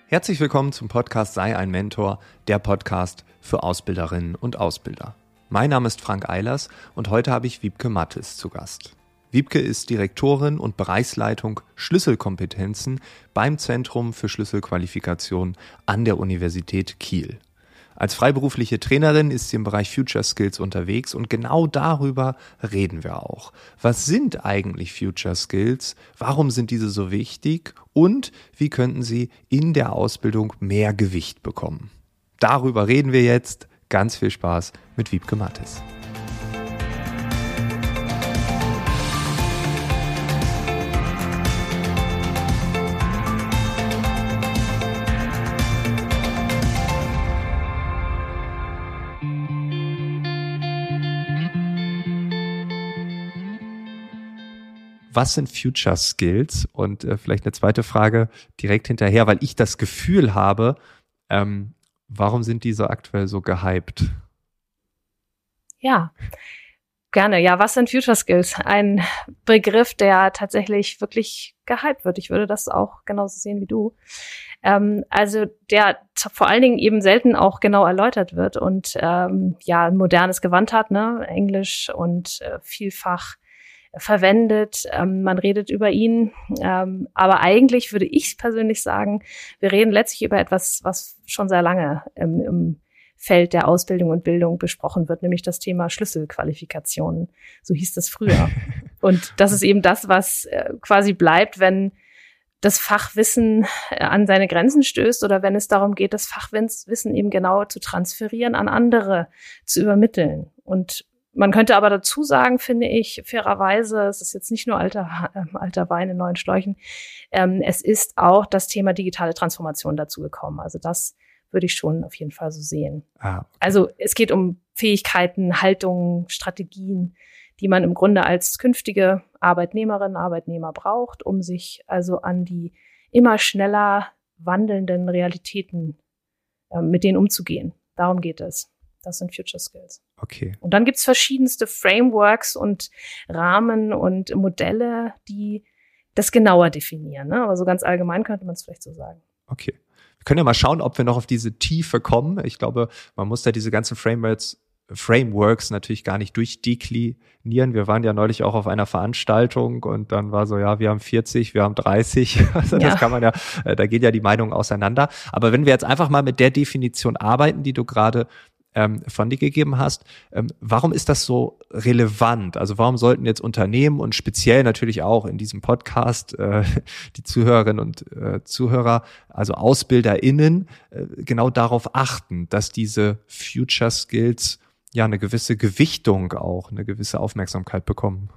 Herzlich willkommen zum Podcast Sei ein Mentor, der Podcast für Ausbilderinnen und Ausbilder. Mein Name ist Frank Eilers und heute habe ich Wiebke Mattes zu Gast. Wiebke ist Direktorin und Bereichsleitung Schlüsselkompetenzen beim Zentrum für Schlüsselqualifikation an der Universität Kiel. Als freiberufliche Trainerin ist sie im Bereich Future Skills unterwegs und genau darüber reden wir auch. Was sind eigentlich Future Skills? Warum sind diese so wichtig? Und wie könnten sie in der Ausbildung mehr Gewicht bekommen? Darüber reden wir jetzt. Ganz viel Spaß mit Wiebke Mattes. Was sind Future Skills? Und vielleicht eine zweite Frage direkt hinterher, weil ich das Gefühl habe, warum sind die so aktuell so gehypt? Ja, gerne. Ja, was sind Future Skills? Ein Begriff, der tatsächlich wirklich gehypt wird. Ich würde das auch genauso sehen wie du. Also der vor allen Dingen eben selten auch genau erläutert wird und ein modernes Gewand hat, ne? Englisch und vielfach verwendet, man redet über ihn, aber eigentlich würde ich persönlich sagen, wir reden letztlich über etwas, was schon sehr lange im Feld der Ausbildung und Bildung besprochen wird, nämlich das Thema Schlüsselqualifikationen. So hieß das früher. Und das ist eben das, was quasi bleibt, wenn das Fachwissen an seine Grenzen stößt oder wenn es darum geht, das Fachwissen eben genau zu transferieren, an andere zu übermitteln. Und man könnte aber dazu sagen, finde ich, fairerweise, es ist jetzt nicht nur alter Wein in neuen Schläuchen, es ist auch das Thema digitale Transformation dazu gekommen. Also das würde ich schon auf jeden Fall so sehen. Okay. Also es geht um Fähigkeiten, Haltungen, Strategien, die man im Grunde als künftige Arbeitnehmerinnen, Arbeitnehmer braucht, um sich also an die immer schneller wandelnden Realitäten, mit denen umzugehen. Darum geht es. Das sind Future Skills. Okay. Und dann gibt's verschiedenste Frameworks und Rahmen und Modelle, die das genauer definieren. Ne? Aber so ganz allgemein könnte man es vielleicht so sagen. Okay. Wir können ja mal schauen, ob wir noch auf diese Tiefe kommen. Ich glaube, man muss da diese ganzen Frameworks natürlich gar nicht durchdeklinieren. Wir waren ja neulich auch auf einer Veranstaltung und dann war so, ja, wir haben 40, wir haben 30. Also das kann man ja, da geht ja die Meinung auseinander. Aber wenn wir jetzt einfach mal mit der Definition arbeiten, die du gerade von dir gegeben hast. Warum ist das so relevant? Also warum sollten jetzt Unternehmen und speziell natürlich auch in diesem Podcast die Zuhörerinnen und Zuhörer, also AusbilderInnen, genau darauf achten, dass diese Future Skills ja eine gewisse Gewichtung auch, eine gewisse Aufmerksamkeit bekommen?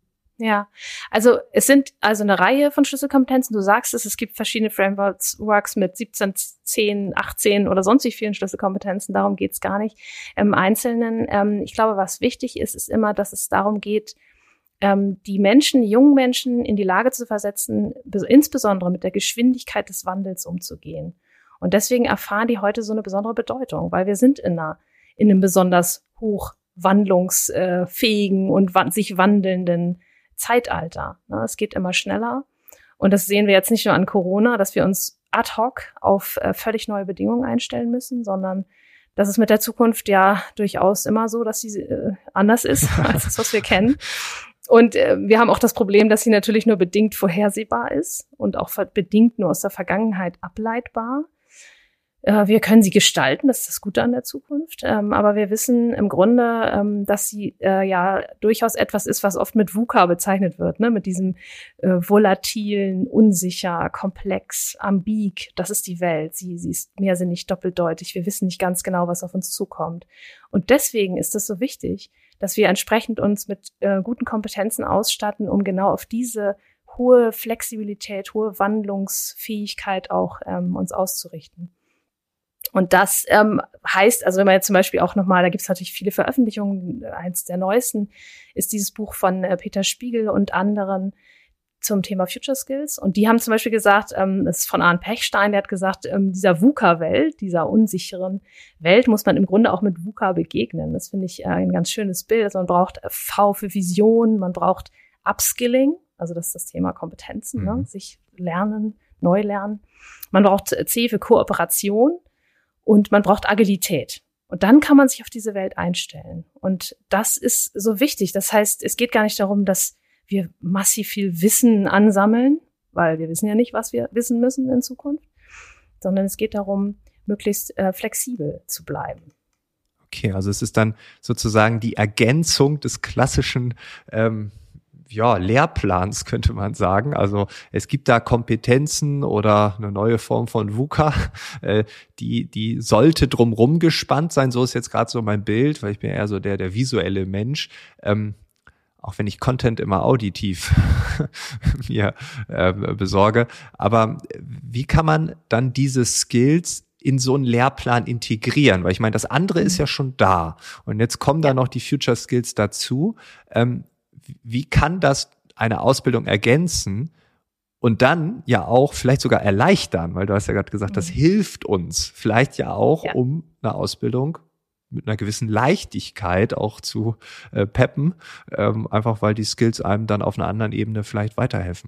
Ja, also es sind also eine Reihe von Schlüsselkompetenzen. Du sagst es gibt verschiedene Frameworks mit 17, 10, 18 oder sonst wie vielen Schlüsselkompetenzen. Darum geht's gar nicht im Einzelnen. Ich glaube, was wichtig ist, ist immer, dass es darum geht, die jungen Menschen in die Lage zu versetzen, insbesondere mit der Geschwindigkeit des Wandels umzugehen. Und deswegen erfahren die heute so eine besondere Bedeutung, weil wir sind in einem besonders hoch wandlungsfähigen und sich wandelnden Zeitalter. Es geht immer schneller. Und das sehen wir jetzt nicht nur an Corona, dass wir uns ad hoc auf völlig neue Bedingungen einstellen müssen, sondern das ist mit der Zukunft ja durchaus immer so, dass sie anders ist als das, was wir kennen. Und wir haben auch das Problem, dass sie natürlich nur bedingt vorhersehbar ist und auch bedingt nur aus der Vergangenheit ableitbar. Wir können sie gestalten, das ist das Gute an der Zukunft. Aber wir wissen im Grunde, dass sie durchaus etwas ist, was oft mit VUCA bezeichnet wird, ne? Mit diesem volatilen, unsicher, komplex, ambig. Das ist die Welt. Sie ist mehrsinnig, doppeldeutig. Wir wissen nicht ganz genau, was auf uns zukommt. Und deswegen ist es so wichtig, dass wir entsprechend uns mit guten Kompetenzen ausstatten, um genau auf diese hohe Flexibilität, hohe Wandlungsfähigkeit auch uns auszurichten. Und das heißt, also wenn man jetzt zum Beispiel auch nochmal, da gibt es natürlich viele Veröffentlichungen, eins der neuesten ist dieses Buch von Peter Spiegel und anderen zum Thema Future Skills. Und die haben zum Beispiel gesagt, das ist von Arne Pechstein, der hat gesagt, dieser VUCA-Welt, dieser unsicheren Welt, muss man im Grunde auch mit VUCA begegnen. Das finde ich ein ganz schönes Bild. Also man braucht V für Vision, man braucht Upskilling, Also das ist das Thema Kompetenzen, ne? Sich lernen, neu lernen. Man braucht C für Kooperation und man braucht Agilität. Und dann kann man sich auf diese Welt einstellen. Und das ist so wichtig. Das heißt, es geht gar nicht darum, dass wir massiv viel Wissen ansammeln, weil wir wissen ja nicht, was wir wissen müssen in Zukunft, sondern es geht darum, möglichst flexibel zu bleiben. Okay, also es ist dann sozusagen die Ergänzung des klassischen Lehrplans, könnte man sagen. Also es gibt da Kompetenzen oder eine neue Form von VUCA, die sollte drumrum gespannt sein. So ist jetzt gerade so mein Bild, weil ich bin eher so der visuelle Mensch. Auch wenn ich Content immer auditiv mir besorge. Aber wie kann man dann diese Skills in so einen Lehrplan integrieren? Weil ich meine, das andere ist ja schon da. Und jetzt kommen da noch die Future Skills dazu. Wie kann das eine Ausbildung ergänzen und dann ja auch vielleicht sogar erleichtern? Weil du hast ja gerade gesagt, das hilft uns vielleicht ja auch, um eine Ausbildung mit einer gewissen Leichtigkeit auch zu peppen, einfach weil die Skills einem dann auf einer anderen Ebene vielleicht weiterhelfen.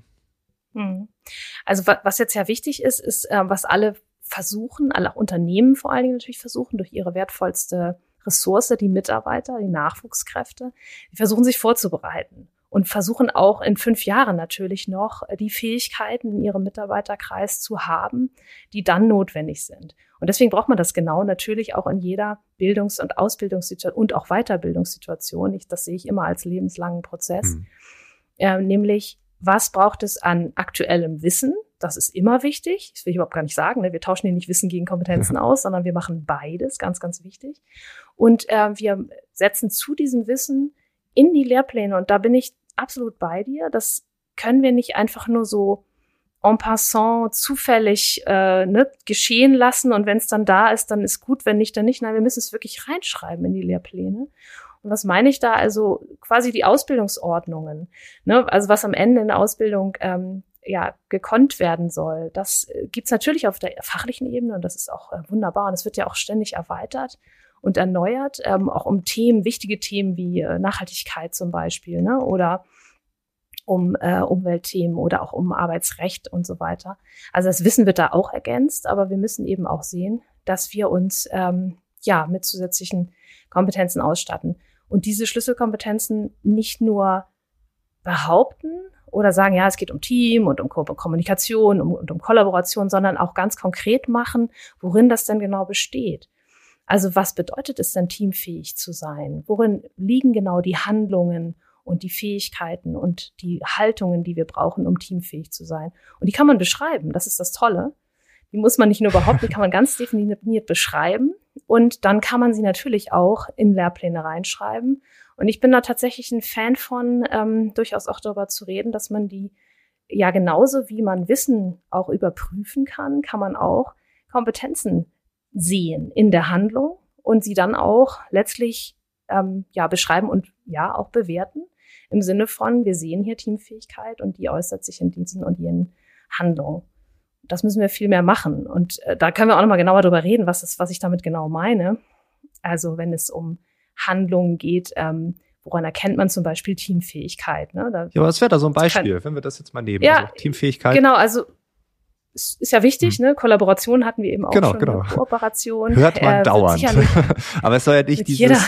Also was jetzt ja wichtig ist, was alle versuchen, alle Unternehmen vor allen Dingen natürlich versuchen, durch ihre wertvollste Ressource, die Mitarbeiter, die Nachwuchskräfte, die versuchen sich vorzubereiten und versuchen auch in 5 Jahren natürlich noch die Fähigkeiten in ihrem Mitarbeiterkreis zu haben, die dann notwendig sind. Und deswegen braucht man das genau natürlich auch in jeder Bildungs- und Ausbildungssituation und auch Weiterbildungssituation. Das sehe ich immer als lebenslangen Prozess. Nämlich, was braucht es an aktuellem Wissen? Das ist immer wichtig. Das will ich überhaupt gar nicht sagen. Ne? Wir tauschen hier nicht Wissen gegen Kompetenzen aus, sondern wir machen beides. Ganz, ganz wichtig. Und wir setzen zu diesem Wissen in die Lehrpläne. Und da bin ich absolut bei dir. Das können wir nicht einfach nur so en passant zufällig geschehen lassen. Und wenn es dann da ist, dann ist gut. Wenn nicht, dann nicht. Nein, wir müssen es wirklich reinschreiben in die Lehrpläne. Und was meine ich da? Also quasi die Ausbildungsordnungen. Ne? Also was am Ende in der Ausbildung gekonnt werden soll. Das gibt's natürlich auf der fachlichen Ebene und das ist auch wunderbar. Und es wird ja auch ständig erweitert und erneuert, auch um Themen, wichtige Themen wie Nachhaltigkeit zum Beispiel, ne? Oder um Umweltthemen oder auch um Arbeitsrecht und so weiter. Also das Wissen wird da auch ergänzt, aber wir müssen eben auch sehen, dass wir uns mit zusätzlichen Kompetenzen ausstatten. Und diese Schlüsselkompetenzen nicht nur behaupten oder sagen, ja, es geht um Team und um Kommunikation und um Kollaboration, sondern auch ganz konkret machen, worin das denn genau besteht. Also was bedeutet es denn, teamfähig zu sein? Worin liegen genau die Handlungen und die Fähigkeiten und die Haltungen, die wir brauchen, um teamfähig zu sein? Und die kann man beschreiben, das ist das Tolle. Die muss man nicht nur behaupten, die kann man ganz definiert beschreiben. Und dann kann man sie natürlich auch in Lehrpläne reinschreiben. Und ich bin da tatsächlich ein Fan von, durchaus auch darüber zu reden, dass man die, ja genauso wie man Wissen auch überprüfen kann, kann man auch Kompetenzen sehen in der Handlung und sie dann auch letztlich beschreiben und ja auch bewerten. Im Sinne von, wir sehen hier Teamfähigkeit und die äußert sich in diesen und jenen Handlungen. Das müssen wir viel mehr machen. Und da können wir auch nochmal genauer drüber reden, was ich damit genau meine. Also wenn es um Handlungen geht, woran erkennt man zum Beispiel Teamfähigkeit? Ne? Was wäre da so ein Beispiel, wenn wir das jetzt mal nehmen? Ja, also Teamfähigkeit. Genau, also es ist ja wichtig, ne? Kollaboration hatten wir eben auch schon. Genau. Kooperation. Hört man dauernd. Aber es soll ja nicht dieses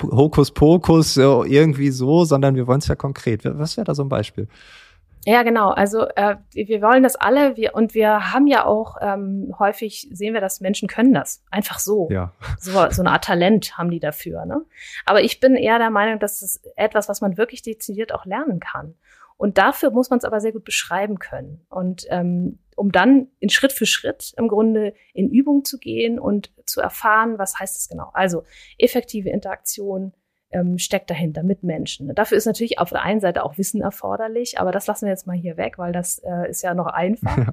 Hokuspokus irgendwie so, sondern wir wollen es ja konkret. Was wäre da so ein Beispiel? Ja, genau. Also wir wollen das alle. Wir haben ja auch häufig sehen wir, dass Menschen können das einfach so. Ja. So eine Art Talent haben die dafür. Ne? Aber ich bin eher der Meinung, dass das etwas, was man wirklich dezidiert auch lernen kann. Und dafür muss man es aber sehr gut beschreiben können. Und um dann in Schritt für Schritt im Grunde in Übung zu gehen und zu erfahren, was heißt es genau. Also effektive Interaktion steckt dahinter mit Menschen. Dafür ist natürlich auf der einen Seite auch Wissen erforderlich, aber das lassen wir jetzt mal hier weg, weil das ist ja noch einfach.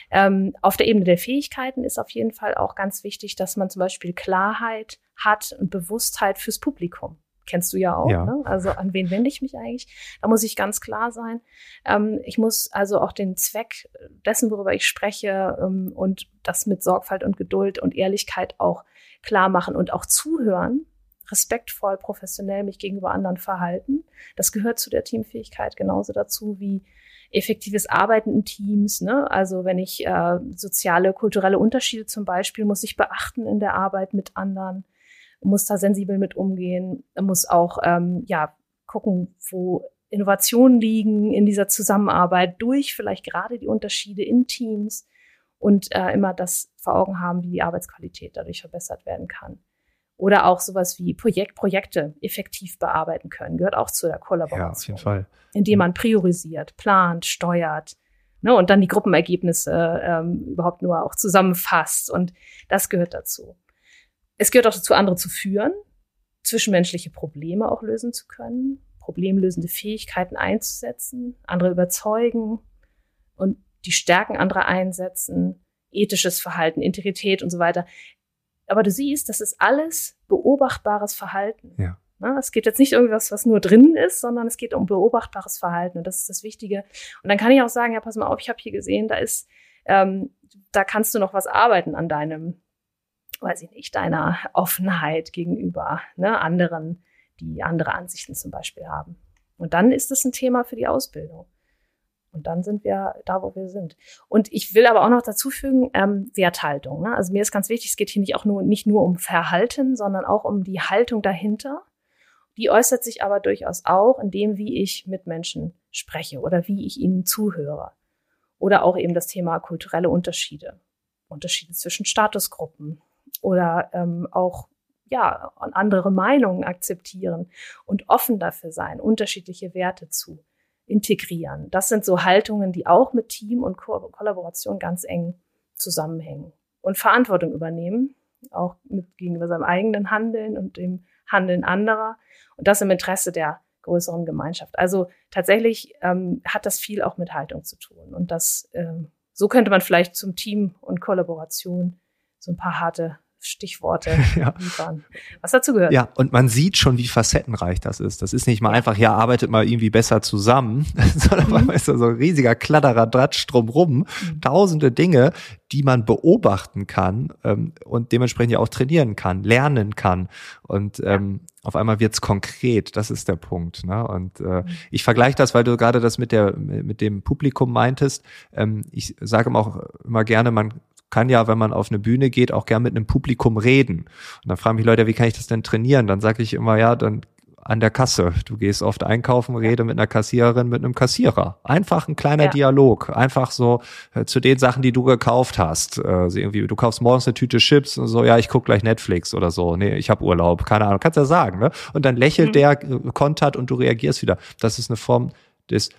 Auf der Ebene der Fähigkeiten ist auf jeden Fall auch ganz wichtig, dass man zum Beispiel Klarheit hat und Bewusstheit fürs Publikum. Kennst du ja auch, ja. Ne? Also an wen wende ich mich eigentlich? Da muss ich ganz klar sein. Ich muss also auch den Zweck dessen, worüber ich spreche, und das mit Sorgfalt und Geduld und Ehrlichkeit auch klar machen und auch zuhören, respektvoll, professionell mich gegenüber anderen verhalten. Das gehört zu der Teamfähigkeit genauso dazu wie effektives Arbeiten in Teams, ne? Also wenn ich soziale, kulturelle Unterschiede zum Beispiel muss ich beachten in der Arbeit mit anderen, muss da sensibel mit umgehen, muss auch gucken, wo Innovationen liegen in dieser Zusammenarbeit durch vielleicht gerade die Unterschiede in Teams und immer das vor Augen haben, wie die Arbeitsqualität dadurch verbessert werden kann. Oder auch sowas wie Projekte effektiv bearbeiten können, gehört auch zu der Kollaboration. Ja, auf jeden Fall. Indem man priorisiert, plant, steuert, ne, und dann die Gruppenergebnisse überhaupt nur auch zusammenfasst. Und das gehört dazu. Es gehört auch dazu, andere zu führen, zwischenmenschliche Probleme auch lösen zu können, problemlösende Fähigkeiten einzusetzen, andere überzeugen und die Stärken anderer einsetzen, ethisches Verhalten, Integrität und so weiter. Aber du siehst, das ist alles beobachtbares Verhalten. Ja. Es geht jetzt nicht irgendwas, was nur drinnen ist, sondern es geht um beobachtbares Verhalten. Und das ist das Wichtige. Und dann kann ich auch sagen, ja, pass mal auf, ich habe hier gesehen, da kannst du noch was arbeiten an deiner Offenheit gegenüber, ne, anderen, die andere Ansichten zum Beispiel haben. Und dann ist das ein Thema für die Ausbildung. Und dann sind wir da, wo wir sind. Und ich will aber auch noch dazu fügen, Werthaltung. Ne? Also mir ist ganz wichtig, es geht hier nicht nur um Verhalten, sondern auch um die Haltung dahinter. Die äußert sich aber durchaus auch in dem, wie ich mit Menschen spreche oder wie ich ihnen zuhöre. Oder auch eben das Thema kulturelle Unterschiede. Unterschiede zwischen Statusgruppen oder auch andere Meinungen akzeptieren und offen dafür sein, unterschiedliche Werte zu integrieren. Das sind so Haltungen, die auch mit Team und Kollaboration ganz eng zusammenhängen. Und Verantwortung übernehmen, auch gegenüber seinem eigenen Handeln und dem Handeln anderer. Und das im Interesse der größeren Gemeinschaft. Also tatsächlich hat das viel auch mit Haltung zu tun. Und so könnte man vielleicht zum Team und Kollaboration so ein paar harte Stichworte liefern. Was dazu gehört. Ja, und man sieht schon, wie facettenreich das ist. Das ist nicht mal einfach, arbeitet mal irgendwie besser zusammen, sondern man ist da so ein riesiger Kladderadatsch drumrum. Tausende Dinge, die man beobachten kann und dementsprechend ja auch trainieren kann, lernen kann. Und auf einmal wird's konkret. Das ist der Punkt. Ne? Und ich vergleiche das, weil du gerade das mit dem Publikum meintest. Ich sage auch immer gerne, man kann ja, wenn man auf eine Bühne geht, auch gern mit einem Publikum reden. Und dann fragen mich Leute, wie kann ich das denn trainieren? Dann sage ich immer, dann an der Kasse. Du gehst oft einkaufen, rede mit einer Kassiererin, mit einem Kassierer. Einfach ein kleiner Dialog. Einfach so zu den Sachen, die du gekauft hast. Irgendwie, du kaufst morgens eine Tüte Chips und so, ich guck gleich Netflix oder so. Nee, ich habe Urlaub. Keine Ahnung. Kannst ja sagen, ne? Und dann lächelt der, kontert und du reagierst wieder. Das ist eine Form des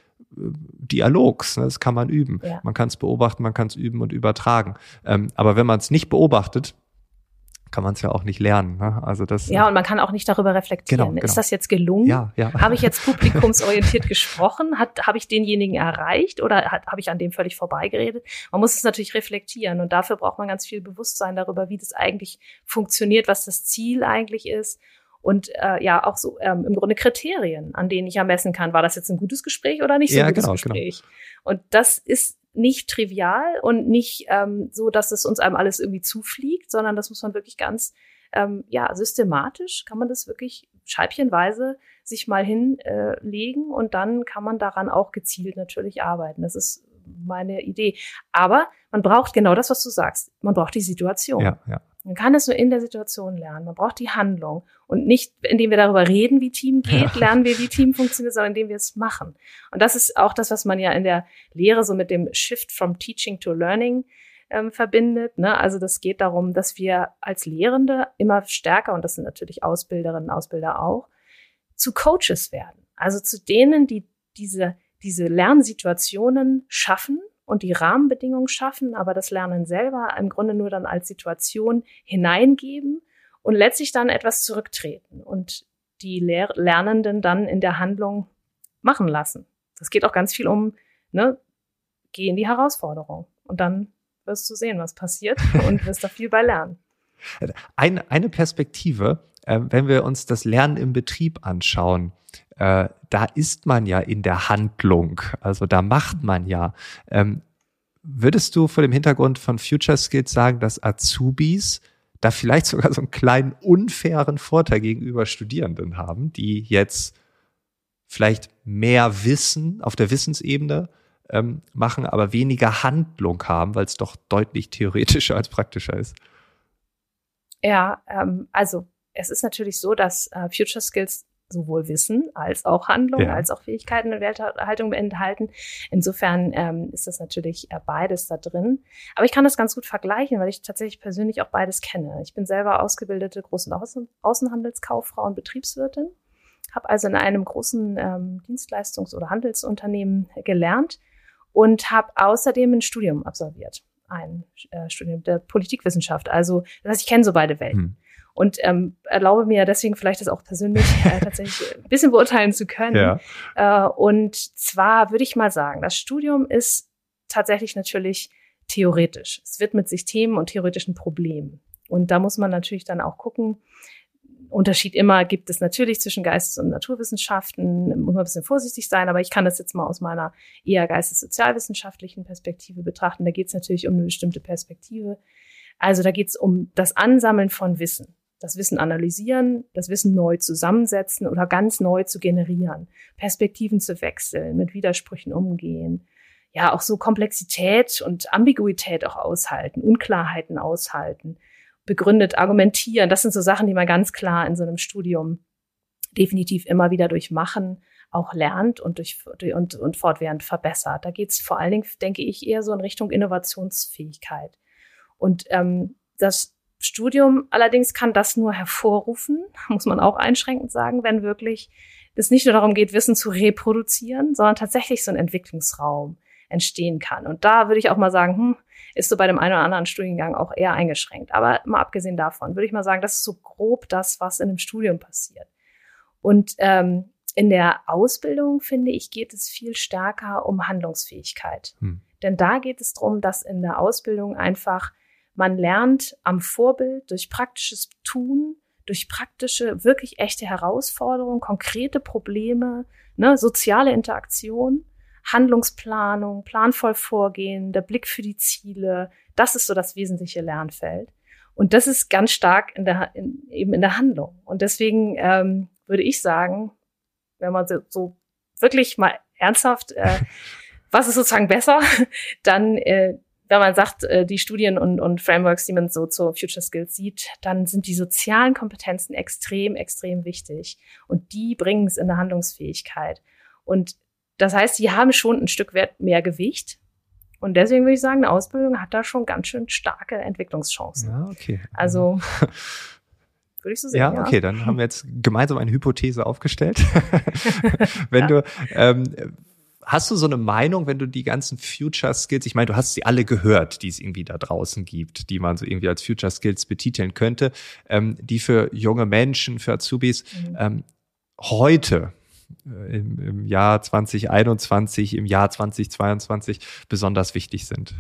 Dialogs, ne? Das kann man üben. Ja. Man kann es beobachten, man kann es üben und übertragen. Aber wenn man es nicht beobachtet, kann man es ja auch nicht lernen. Ne? Also das. Ja, und man kann auch nicht darüber reflektieren. Genau. Ist das jetzt gelungen? Ja. Habe ich jetzt publikumsorientiert gesprochen? Habe ich denjenigen erreicht oder habe ich an dem völlig vorbeigeredet? Man muss es natürlich reflektieren und dafür braucht man ganz viel Bewusstsein darüber, wie das eigentlich funktioniert, was das Ziel eigentlich ist. Und auch so im Grunde Kriterien, an denen ich ja messen kann, war das jetzt ein gutes Gespräch oder nicht so ein gutes Gespräch. Genau. Und das ist nicht trivial und nicht so, dass es uns einem alles irgendwie zufliegt, sondern das muss man wirklich ganz systematisch, kann man das wirklich scheibchenweise sich mal hinlegen und dann kann man daran auch gezielt natürlich arbeiten. Das ist meine Idee. Aber man braucht genau das, was du sagst. Man braucht die Situation. Ja. Man kann es nur in der Situation lernen. Man braucht die Handlung. Und nicht, indem wir darüber reden, wie Team geht, lernen wir, wie Team funktioniert, sondern indem wir es machen. Und das ist auch das, was man ja in der Lehre so mit dem Shift from Teaching to Learning verbindet. Ne? Also das geht darum, dass wir als Lehrende immer stärker, und das sind natürlich Ausbilderinnen und Ausbilder auch, zu Coaches werden. Also zu denen, die diese Lernsituationen schaffen und die Rahmenbedingungen schaffen, aber das Lernen selber im Grunde nur dann als Situation hineingeben und letztlich dann etwas zurücktreten und die Lernenden dann in der Handlung machen lassen. Das geht auch ganz viel um, geh in die Herausforderung und dann wirst du sehen, was passiert und wirst da viel bei lernen. Eine Perspektive, wenn wir uns das Lernen im Betrieb anschauen, da ist man ja in der Handlung, also da macht man ja. Würdest du vor dem Hintergrund von Future Skills sagen, dass Azubis da vielleicht sogar so einen kleinen unfairen Vorteil gegenüber Studierenden haben, die jetzt vielleicht mehr Wissen auf der Wissensebene machen, aber weniger Handlung haben, weil es doch deutlich theoretischer als praktischer ist. Ja, also es ist natürlich so, dass Future Skills sowohl Wissen als auch Handlung, als auch Fähigkeiten und Werthaltung enthalten. Insofern ist das natürlich beides da drin. Aber ich kann das ganz gut vergleichen, weil ich tatsächlich persönlich auch beides kenne. Ich bin selber ausgebildete Groß- und Außenhandelskauffrau und Betriebswirtin, habe also in einem großen Dienstleistungs- oder Handelsunternehmen gelernt und habe außerdem ein Studium absolviert. Ein Studium der Politikwissenschaft. Also das heißt, ich kenne so beide Welten. Und erlaube mir deswegen vielleicht das auch persönlich tatsächlich ein bisschen beurteilen zu können. Ja. Und zwar würde ich mal sagen, das Studium ist tatsächlich natürlich theoretisch. Es widmet sich Themen und theoretischen Problemen. Und da muss man natürlich dann auch gucken, Unterschied immer gibt es natürlich zwischen Geistes- und Naturwissenschaften, muss man ein bisschen vorsichtig sein, aber ich kann das jetzt mal aus meiner eher geistes-sozialwissenschaftlichen Perspektive betrachten. Da geht es natürlich um eine bestimmte Perspektive. Also da geht es um das Ansammeln von Wissen. Das Wissen analysieren, das Wissen neu zusammensetzen oder ganz neu zu generieren, Perspektiven zu wechseln, mit Widersprüchen umgehen. Ja, auch so Komplexität und Ambiguität auch aushalten, Unklarheiten aushalten, begründet argumentieren. Das sind so Sachen, die man ganz klar in so einem Studium definitiv immer wieder durch Machen auch lernt und und fortwährend verbessert. Da geht es vor allen Dingen, denke ich, eher so in Richtung Innovationsfähigkeit. Und das Studium allerdings kann das nur hervorrufen, muss man auch einschränkend sagen, wenn wirklich es nicht nur darum geht, Wissen zu reproduzieren, sondern tatsächlich so ein Entwicklungsraum entstehen kann. Und da würde ich auch mal sagen, ist so bei dem einen oder anderen Studiengang auch eher eingeschränkt. Aber mal abgesehen davon würde ich mal sagen, das ist so grob das, was in einem Studium passiert. Und in der Ausbildung, finde ich, geht es viel stärker um Handlungsfähigkeit. Denn da geht es darum, dass in der Ausbildung einfach man lernt am Vorbild durch praktisches Tun, durch praktische, wirklich echte Herausforderungen, konkrete Probleme, soziale Interaktion, Handlungsplanung, planvoll vorgehen, der Blick für die Ziele. Das ist so das wesentliche Lernfeld. Und das ist ganz stark eben in der Handlung. Und deswegen würde ich sagen, wenn man so wirklich mal ernsthaft, was ist sozusagen besser, dann wenn man sagt, die Studien und Frameworks, die man so zu Future Skills sieht, dann sind die sozialen Kompetenzen extrem, extrem wichtig. Und die bringen es in der Handlungsfähigkeit. Und das heißt, die haben schon ein Stück weit mehr Gewicht. Und deswegen würde ich sagen, eine Ausbildung hat da schon ganz schön starke Entwicklungschancen. Ja, okay. Also würde ich so sehen. Ja, okay, dann haben wir jetzt gemeinsam eine Hypothese aufgestellt. Wenn du hast du so eine Meinung, wenn du die ganzen Future Skills, ich meine, du hast sie alle gehört, die es irgendwie da draußen gibt, die man so irgendwie als Future Skills betiteln könnte, die für junge Menschen, für Azubis heute im Jahr 2021, im Jahr 2022 besonders wichtig sind?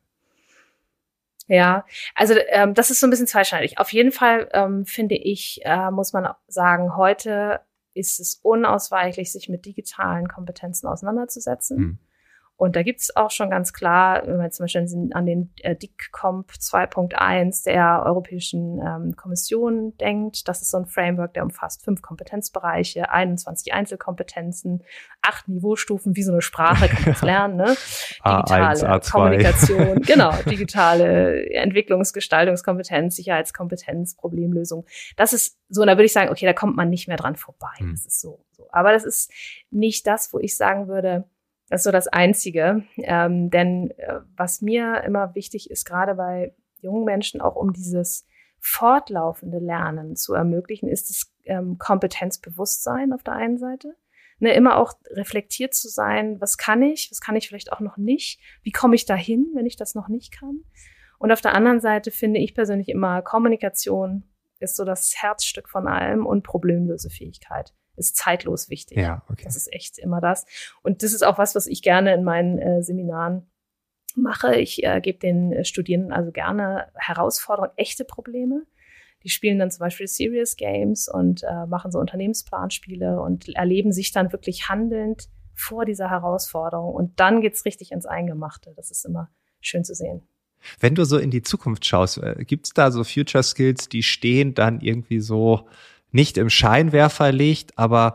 Ja, also das ist so ein bisschen zweischneidig. Auf jeden Fall finde ich, muss man sagen, heute ist es unausweichlich, sich mit digitalen Kompetenzen auseinanderzusetzen. Und da gibt es auch schon ganz klar, wenn man zum Beispiel an den DICCOMP 2.1 der Europäischen Kommission denkt, das ist so ein Framework, der umfasst 5 Kompetenzbereiche, 21 Einzelkompetenzen, 8 Niveaustufen, wie so eine Sprache, kann man das lernen, ne? Digitale A1, A2. Kommunikation, genau, digitale Entwicklungsgestaltungskompetenz, Sicherheitskompetenz, Problemlösung. Das ist so, und da würde ich sagen, okay, da kommt man nicht mehr dran vorbei. Das ist so. Aber das ist nicht das, wo ich sagen würde, das ist so das Einzige. Denn was mir immer wichtig ist, gerade bei jungen Menschen, auch um dieses fortlaufende Lernen zu ermöglichen, ist das Kompetenzbewusstsein auf der einen Seite. Immer auch reflektiert zu sein, was kann ich vielleicht auch noch nicht, wie komme ich dahin, wenn ich das noch nicht kann. Und auf der anderen Seite finde ich persönlich immer, Kommunikation ist so das Herzstück von allem und Problemlösefähigkeit ist zeitlos wichtig. Ja, okay. Das ist echt immer das. Und das ist auch was ich gerne in meinen Seminaren mache. Ich gebe den Studierenden also gerne Herausforderungen, echte Probleme. Die spielen dann zum Beispiel Serious Games und machen so Unternehmensplanspiele und erleben sich dann wirklich handelnd vor dieser Herausforderung. Und dann geht's richtig ins Eingemachte. Das ist immer schön zu sehen. Wenn du so in die Zukunft schaust, gibt's da so Future Skills, die stehen dann irgendwie so nicht im Scheinwerferlicht, aber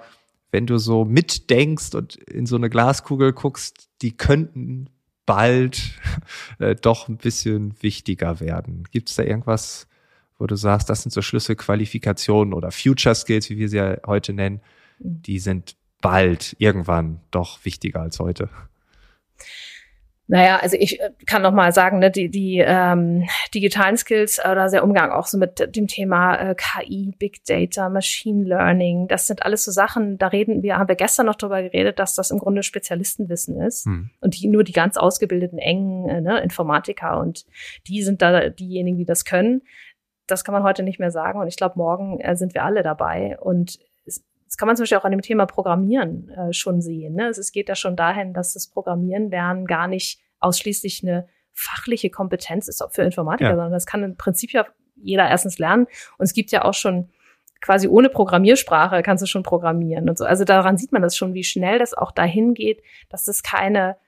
wenn du so mitdenkst und in so eine Glaskugel guckst, die könnten bald doch ein bisschen wichtiger werden. Gibt es da irgendwas, wo du sagst, das sind so Schlüsselqualifikationen oder Future Skills, wie wir sie ja heute nennen, die sind bald irgendwann doch wichtiger als heute? Naja, also ich kann noch mal sagen, ne, die digitalen Skills oder der Umgang auch so mit dem Thema KI, Big Data, Machine Learning, das sind alles so Sachen, haben wir gestern noch drüber geredet, dass das im Grunde Spezialistenwissen ist und nur die ganz ausgebildeten engen Informatiker und die sind da diejenigen, die das können. Das kann man heute nicht mehr sagen und ich glaube, morgen sind wir alle dabei und das kann man zum Beispiel auch an dem Thema Programmieren schon sehen. Ne? Es geht ja schon dahin, dass das Programmieren lernen gar nicht ausschließlich eine fachliche Kompetenz ist für Informatiker, sondern das kann im Prinzip ja jeder erstens lernen. Und es gibt ja auch schon quasi ohne Programmiersprache kannst du schon programmieren und so. Also daran sieht man das schon, wie schnell das auch dahin geht, dass das keine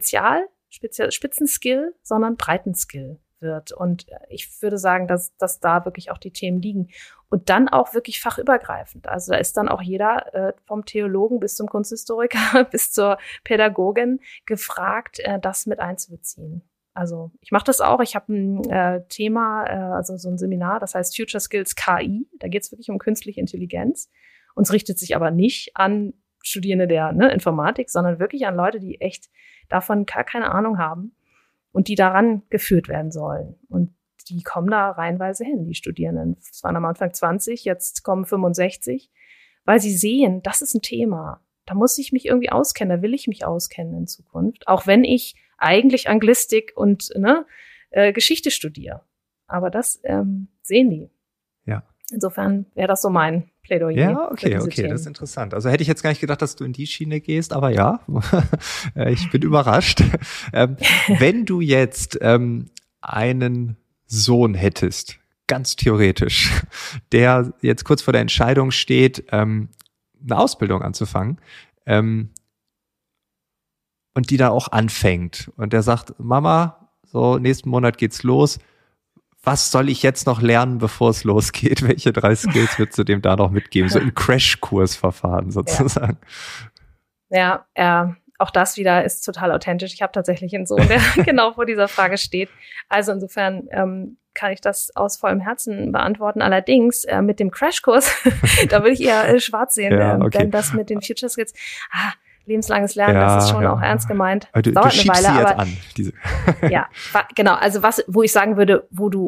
Spitzenskill, sondern Breitenskill wird. Und ich würde sagen, dass da wirklich auch die Themen liegen. Und dann auch wirklich fachübergreifend. Also da ist dann auch jeder vom Theologen bis zum Kunsthistoriker bis zur Pädagogin gefragt, das mit einzubeziehen. Also ich mache das auch. Ich habe ein Thema, also so ein Seminar, das heißt Future Skills KI. Da geht es wirklich um künstliche Intelligenz. Und es richtet sich aber nicht an Studierende der Informatik, sondern wirklich an Leute, die echt davon gar keine Ahnung haben und die daran geführt werden sollen. Und die kommen da reihenweise hin, die Studierenden. Es waren am Anfang 20, jetzt kommen 65, weil sie sehen, das ist ein Thema. Da muss ich mich irgendwie auskennen, da will ich mich auskennen in Zukunft. Auch wenn ich eigentlich Anglistik und Geschichte studiere. Aber das sehen die. Ja. Insofern wäre das so mein Plädoyer. Ja, okay, das ist interessant. Also hätte ich jetzt gar nicht gedacht, dass du in die Schiene gehst, aber ja, ich bin überrascht. Wenn du jetzt einen Sohn hättest, ganz theoretisch, der jetzt kurz vor der Entscheidung steht, eine Ausbildung anzufangen, und die da auch anfängt und der sagt, Mama, so nächsten Monat geht's los, was soll ich jetzt noch lernen, bevor es losgeht? Welche 3 Skills würdest du dem da noch mitgeben? So im Crashkursverfahren sozusagen. Ja, auch das wieder ist total authentisch. Ich habe tatsächlich einen Sohn, der genau vor dieser Frage steht. Also insofern kann ich das aus vollem Herzen beantworten. Allerdings mit dem Crashkurs, da würde ich eher schwarz sehen, denn das mit den Future Skills, lebenslanges Lernen, das ist schon auch ernst gemeint. Du dauert eine Weile, aber an, diese. Ja, genau. Also wo ich sagen würde,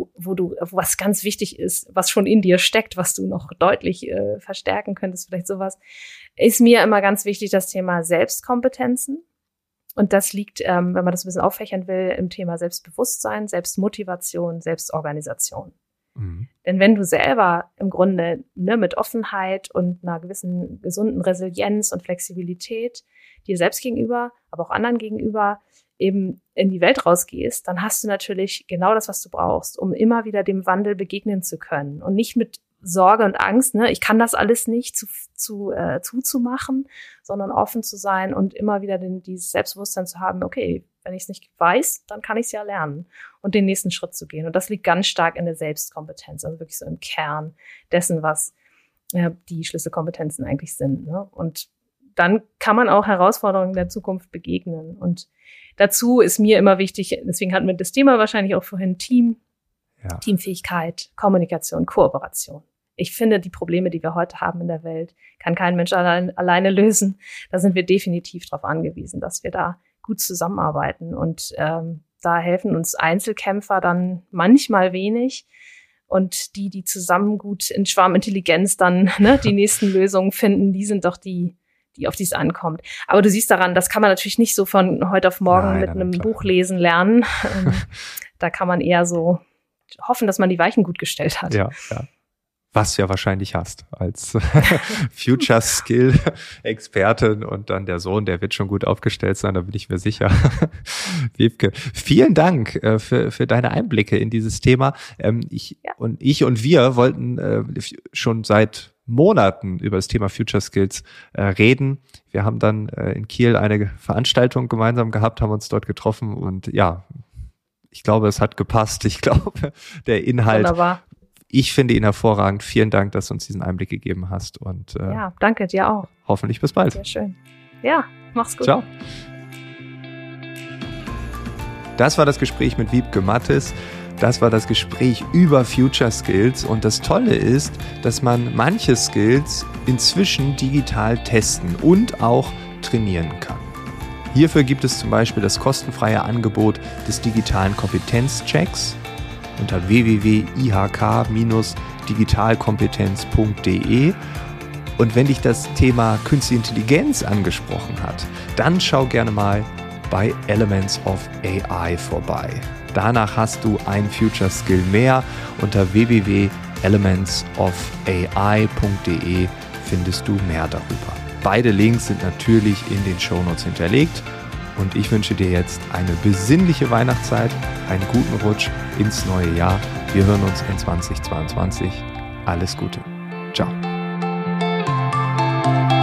was ganz wichtig ist, was schon in dir steckt, was du noch deutlich verstärken könntest, vielleicht sowas, ist mir immer ganz wichtig das Thema Selbstkompetenzen. Und das liegt, wenn man das ein bisschen auffächern will, im Thema Selbstbewusstsein, Selbstmotivation, Selbstorganisation. Mhm. Denn wenn du selber im Grunde mit Offenheit und einer gewissen gesunden Resilienz und Flexibilität dir selbst gegenüber, aber auch anderen gegenüber eben in die Welt rausgehst, dann hast du natürlich genau das, was du brauchst, um immer wieder dem Wandel begegnen zu können und nicht mit Sorge und Angst, ich kann das alles nicht zuzumachen, sondern offen zu sein und immer wieder dieses Selbstbewusstsein zu haben, okay, wenn ich es nicht weiß, dann kann ich es ja lernen und den nächsten Schritt zu gehen. Und das liegt ganz stark in der Selbstkompetenz, also wirklich so im Kern dessen, was die Schlüsselkompetenzen eigentlich sind. Und dann kann man auch Herausforderungen der Zukunft begegnen. Und dazu ist mir immer wichtig, deswegen hatten wir das Thema wahrscheinlich auch vorhin, Teamfähigkeit, Kommunikation, Kooperation. Ich finde, die Probleme, die wir heute haben in der Welt, kann kein Mensch alleine lösen. Da sind wir definitiv darauf angewiesen, dass wir da gut zusammenarbeiten. Und da helfen uns Einzelkämpfer dann manchmal wenig. Und die zusammen gut in Schwarmintelligenz dann die nächsten Lösungen finden, die sind doch die auf die es ankommt. Aber du siehst daran, das kann man natürlich nicht so von heute auf morgen mit einem Buch lesen lernen. Da kann man eher so hoffen, dass man die Weichen gut gestellt hat. Ja. Was du ja wahrscheinlich hast als Future Skill Expertin und dann der Sohn, der wird schon gut aufgestellt sein, da bin ich mir sicher. Wiebke, vielen Dank für deine Einblicke in dieses Thema. Ich und wir wollten schon seit Monaten über das Thema Future Skills reden. Wir haben dann in Kiel eine Veranstaltung gemeinsam gehabt, haben uns dort getroffen und ja, ich glaube, es hat gepasst. Ich glaube, der Inhalt Ich finde ihn hervorragend. Vielen Dank, dass du uns diesen Einblick gegeben hast. Und ja, danke dir auch. Hoffentlich bis bald. Sehr schön. Ja, mach's gut. Ciao. Das war das Gespräch mit Wiebke Mattes. Das war das Gespräch über Future Skills. Und das Tolle ist, dass man manche Skills inzwischen digital testen und auch trainieren kann. Hierfür gibt es zum Beispiel das kostenfreie Angebot des digitalen Kompetenzchecks unter www.ihk-digitalkompetenz.de. Und wenn dich das Thema Künstliche Intelligenz angesprochen hat, dann schau gerne mal bei Elements of AI vorbei. Danach hast du ein Future Skill mehr. Unter www.elementsofai.de findest du mehr darüber. Beide Links sind natürlich in den Shownotes hinterlegt. Und ich wünsche dir jetzt eine besinnliche Weihnachtszeit, einen guten Rutsch ins neue Jahr. Wir hören uns in 2022. Alles Gute. Ciao.